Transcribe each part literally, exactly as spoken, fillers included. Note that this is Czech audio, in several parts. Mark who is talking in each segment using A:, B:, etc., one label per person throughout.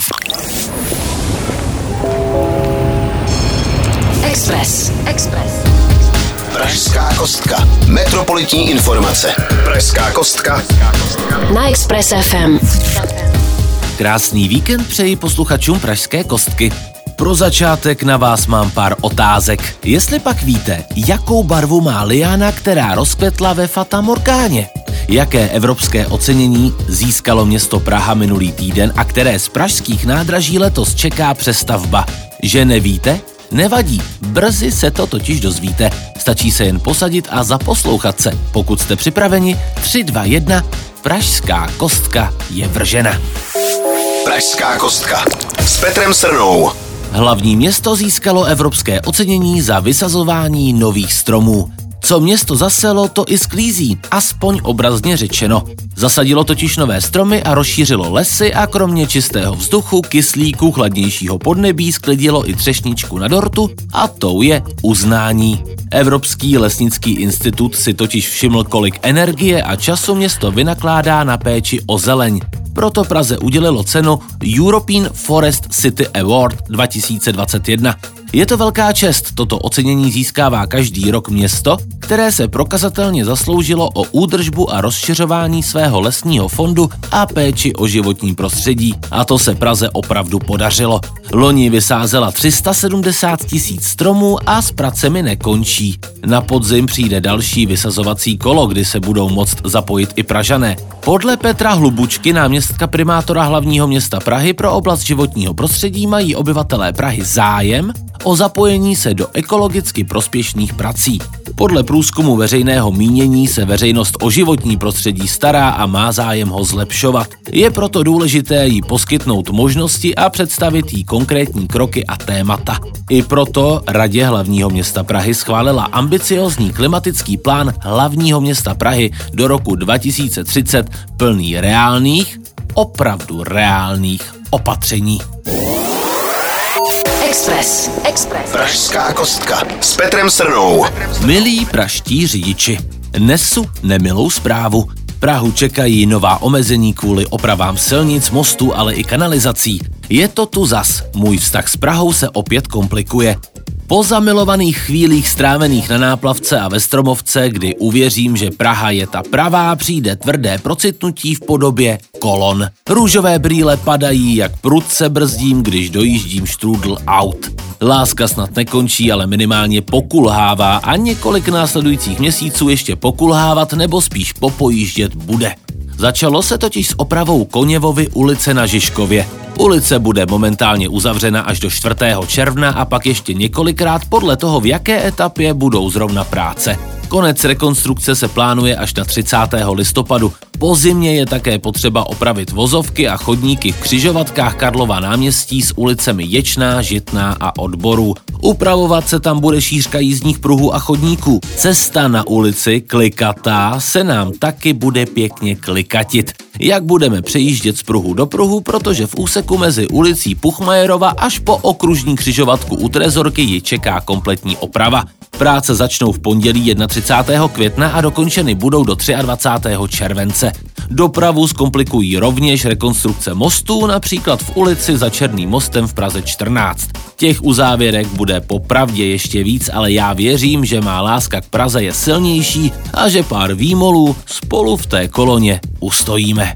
A: Express. Express.
B: Pražská kostka. Metropolitní informace. Pražská kostka.
A: Na Express F M.
C: Krásný víkend přeji posluchačům Pražské kostky. Pro začátek na vás mám pár otázek. Jestli pak víte, jakou barvu má liána, která rozkvetla ve Fata Morgáně? Jaké evropské ocenění získalo město Praha minulý týden a které z pražských nádraží letos čeká přestavba? Že nevíte? Nevadí, brzy se to totiž dozvíte. Stačí se jen posadit a zaposlouchat se. Pokud jste připraveni, tři, dva, jedna, Pražská kostka je vržena.
B: Pražská kostka s Petrem Srnou.
C: Hlavní město získalo evropské ocenění za vysazování nových stromů. Co město zaselo, to i sklízí, aspoň obrazně řečeno. Zasadilo totiž nové stromy a rozšířilo lesy a kromě čistého vzduchu, kyslíku, chladnějšího podnebí sklidilo i třešničku na dortu a tou je uznání. Evropský lesnický institut si totiž všiml, kolik energie a času město vynakládá na péči o zeleň. Proto Praze udělilo cenu European Forest City Award dva tisíce dvacet jedna. Je to velká čest, toto ocenění získává každý rok město, které se prokazatelně zasloužilo o údržbu a rozšiřování svého lesního fondu a péči o životní prostředí. A to se Praze opravdu podařilo. Loni vysázela tři sta sedmdesát tisíc stromů a s pracemi nekončí. Na podzim přijde další vysazovací kolo, kdy se budou moct zapojit i Pražané. Podle Petra Hlubučky, náměstka primátora hlavního města Prahy pro oblast životního prostředí, mají obyvatelé Prahy zájem o zapojení se do ekologicky prospěšných prací. Podle průzkumu veřejného mínění se veřejnost o životní prostředí stará a má zájem ho zlepšovat. Je proto důležité jí poskytnout možnosti a představit jí konkrétní kroky a témata. I proto Radě hlavního města Prahy schválila ambiciózní klimatický plán hlavního města Prahy do roku dva tisíce třicet plný reálných, opravdu reálných opatření.
A: Express. Express.
B: Pražská kostka s Petrem Srnou.
C: Milí pražští řidiči, nesu nemilou zprávu. Prahu čekají nová omezení kvůli opravám silnic, mostů, ale i kanalizací. Je to tu zas, můj vztah s Prahou se opět komplikuje. Po zamilovaných chvílích strávených na náplavce a ve Stromovce, kdy uvěřím, že Praha je ta pravá, přijde tvrdé procitnutí v podobě kolon. Růžové brýle padají, jak prudce brzdím, když dojíždím štrůdl aut. Láska snad nekončí, ale minimálně pokulhává a několik následujících měsíců ještě pokulhávat nebo spíš popojíždět bude. Začalo se totiž s opravou Koněvovy ulice na Žižkově. Ulice bude momentálně uzavřena až do čtvrtého června a pak ještě několikrát podle toho, v jaké etapě budou zrovna práce. Konec rekonstrukce se plánuje až na třicátého listopadu. Po zimě je také potřeba opravit vozovky a chodníky v křižovatkách Karlova náměstí s ulicemi Ječná, Žitná a Odborů. Upravovat se tam bude šířka jízdních pruhů a chodníků. Cesta na ulici Klikatá se nám taky bude pěkně klikatit. Jak budeme přejíždět z pruhu do pruhu, protože v úseku mezi ulicí Puchmajerova až po okružní křižovatku u Trezorky ji čeká kompletní oprava. Práce začnou v pondělí třicátého prvního května a dokončeny budou do dvacátého třetího července. Dopravu zkomplikují rovněž rekonstrukce mostů, například v ulici za Černým mostem v Praze čtrnáct. Těch uzávěrek bude popravdě ještě víc, ale já věřím, že má láska k Praze je silnější a že pár výmolů spolu v té koloně ustojíme.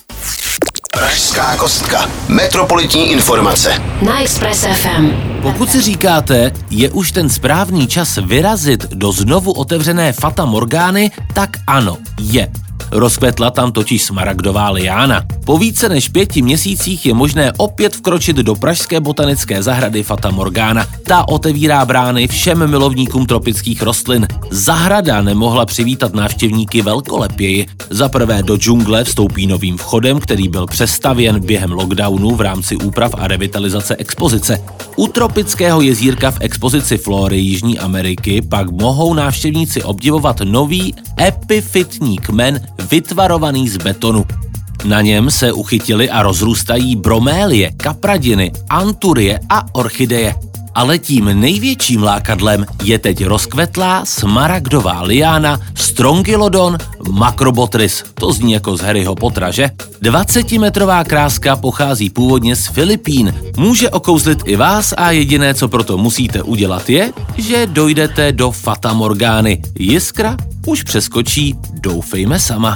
B: Pražská kostka. Metropolitní informace.
A: Na Express F M.
C: Pokud si říkáte, je už ten správný čas vyrazit do znovu otevřené Fata Morgány, tak ano, je. Rozkvetla tam totiž smaragdová liána. Po více než pěti měsících je možné opět vkročit do pražské botanické zahrady Fata Morgana. Ta otevírá brány všem milovníkům tropických rostlin. Zahrada nemohla přivítat návštěvníky velkolepěji. Za prvé do džungle vstoupí novým vchodem, který byl přestavěn během lockdownu v rámci úprav a revitalizace expozice. U tropického jezírka v expozici Flory Jižní Ameriky pak mohou návštěvníci obdivovat nový epifytní kmen vytvarovaný z betonu. Na něm se uchytily a rozrůstají bromélie, kapradiny, anturie a orchideje. Ale tím největším lákadlem je teď rozkvetlá smaragdová liána Strongylodon macrobotris. To zní jako z Harryho Pottera, že? dvacetimetrová kráska pochází původně z Filipín. Může okouzlit i vás a jediné, co proto musíte udělat je, že dojdete do fatamorgány. Jiskra už přeskočí, doufejme sama.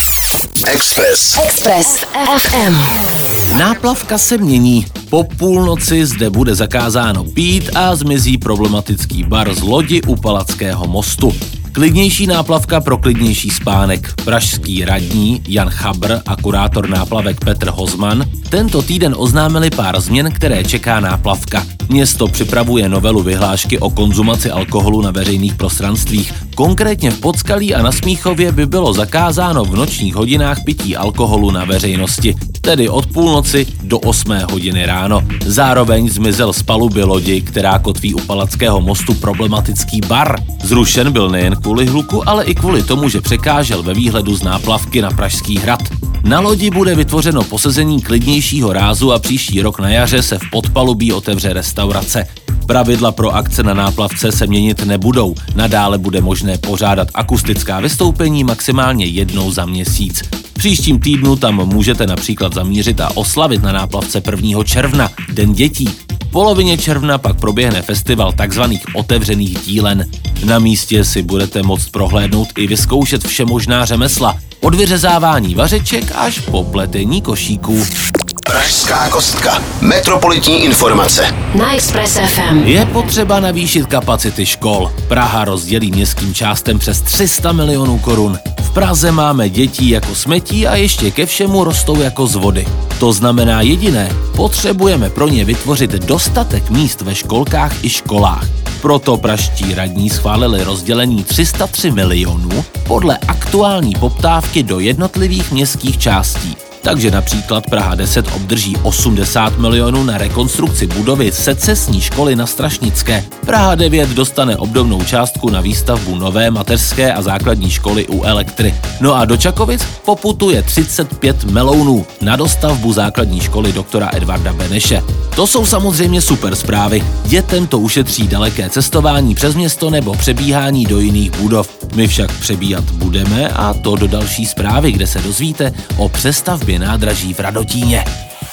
B: Express.
A: Express F M.
C: Náplavka se mění. Po půlnoci zde bude zakázáno pít a zmizí problematický bar z lodi u Palackého mostu. Klidnější náplavka pro klidnější spánek. Pražský radní Jan Chabr a kurátor náplavek Petr Hozman tento týden oznámili pár změn, které čeká náplavka. Město připravuje novelu vyhlášky o konzumaci alkoholu na veřejných prostranstvích. Konkrétně v Podskalí a na Smíchově by bylo zakázáno v nočních hodinách pití alkoholu na veřejnosti, tedy od půlnoci do osmé hodiny ráno. Zároveň zmizel z paluby lodi, která kotví u Palackého mostu, problematický bar. Zrušen byl nejen kvůli hluku, ale i kvůli tomu, že překážel ve výhledu z náplavky na Pražský hrad. Na lodi bude vytvořeno posezení klidnějšího rázu a příští rok na jaře se v podpalubí otevře restaurace. Pravidla pro akce na náplavce se měnit nebudou. Nadále bude možné pořádat akustická vystoupení maximálně jednou za měsíc. V příštím týdnu tam můžete například zamířit a oslavit na náplavce prvního června, Den dětí. V polovině června pak proběhne festival takzvaných otevřených dílen. Na místě si budete moct prohlédnout i vyzkoušet všemožná řemesla. Od vyřezávání vařeček až po pletení košíků.
B: Pražská kostka. Metropolitní informace.
A: Na Express F M.
C: Je potřeba navýšit kapacity škol. Praha rozdělí městským částem přes tři sta milionů korun. V Praze máme dětí jako smetí a ještě ke všemu rostou jako z vody. To znamená jediné, potřebujeme pro ně vytvořit dostatek míst ve školkách i školách. Proto pražští radní schválili rozdělení tři sta tři milionů podle aktuální poptávky do jednotlivých městských částí. Takže například Praha deset obdrží osmdesát milionů na rekonstrukci budovy secesní školy na Strašnické. Praha devět dostane obdobnou částku na výstavbu nové mateřské a základní školy u Elektry. No a do Čakovic poputuje třicet pět melounů na dostavbu základní školy doktora Edvarda Beneše. To jsou samozřejmě super zprávy. Dětem to ušetří daleké cestování přes město nebo přebíhání do jiných budov. My však přebíhat budeme, a to do další zprávy, kde se dozvíte o přestavbě nádraží v Radotíně.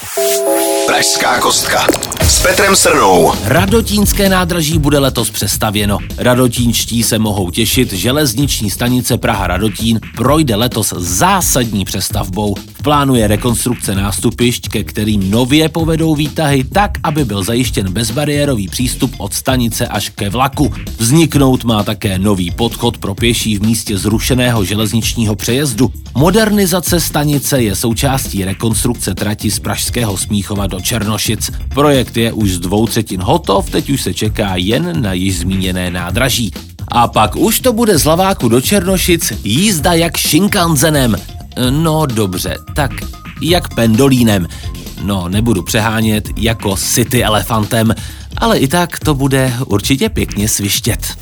B: Pražská kostka s Petrem Srnou.
C: Radotínské nádraží bude letos přestavěno. Radotínští se mohou těšit, železniční stanice Praha Radotín projde letos zásadní přestavbou. V plánu je rekonstrukce nástupišť, ke kterým nově povedou výtahy tak, aby byl zajištěn bezbariérový přístup od stanice až ke vlaku. Vzniknout má také nový podchod pro pěší v místě zrušeného železničního přejezdu. Modernizace stanice je součástí rekonstrukce trati z Pražského Smíchova do Černošic. Projekt je už z dvou třetin hotov, teď už se čeká jen na již zmíněné nádraží. A pak už to bude z Laváku do Černošic jízda jak Shinkansenem. No dobře, tak jak pendolínem. No, nebudu přehánět, jako City Elefantem, ale i tak to bude určitě pěkně svištět.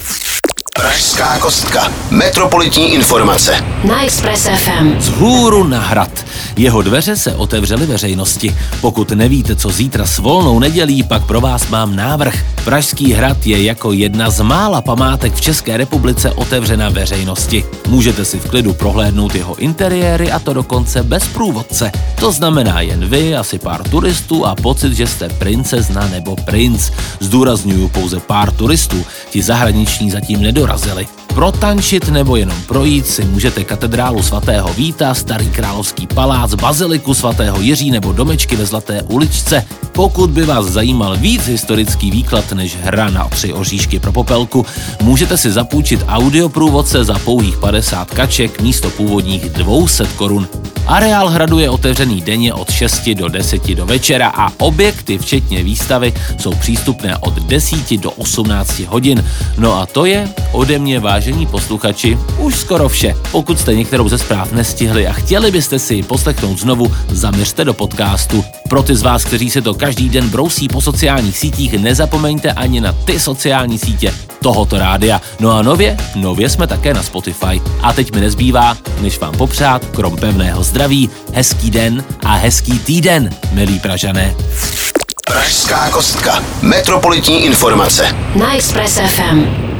B: Pražská kostka. Metropolitní informace.
A: Na Express F M.
C: Vzhůru na hrad. Jeho dveře se otevřely veřejnosti. Pokud nevíte, co zítra s volnou nedělí, pak pro vás mám návrh. Pražský hrad je jako jedna z mála památek v České republice otevřena veřejnosti. Můžete si v klidu prohlédnout jeho interiéry, a to dokonce bez průvodce. To znamená jen vy, asi pár turistů a pocit, že jste princezna nebo princ. Zdůrazňuju pouze pár turistů, ti zahraniční zatím nedorazili. Protančit nebo jenom projít si můžete katedrálu svatého Víta, Starý královský palác, baziliku svatého Jiří nebo domečky ve Zlaté uličce. Pokud by vás zajímal víc historický výklad než hra na tři oříšky pro popelku, můžete si zapůjčit audioprůvodce za pouhých padesát kaček místo původních dvě stě korun. Areál hradu je otevřený denně od šesti do deseti do večera a objekty, včetně výstavy, jsou přístupné od deseti do osmnácti hodin. No a to je ode mě, vážení posluchači, už skoro vše. Pokud jste některou ze zpráv nestihli a chtěli byste si ji poslechnout znovu, zaměřte do podcastu. Pro ty z vás, kteří se to každý den brousí po sociálních sítích, nezapomeňte ani na ty sociální sítě tohoto rádia. No a nově, nově jsme také na Spotify. A teď mi nezbývá, než vám popřát, krom pevného zdraví, hezký den a hezký týden, milí Pražané.
B: Pražská kostka. Metropolitní informace.
A: Na Express F M.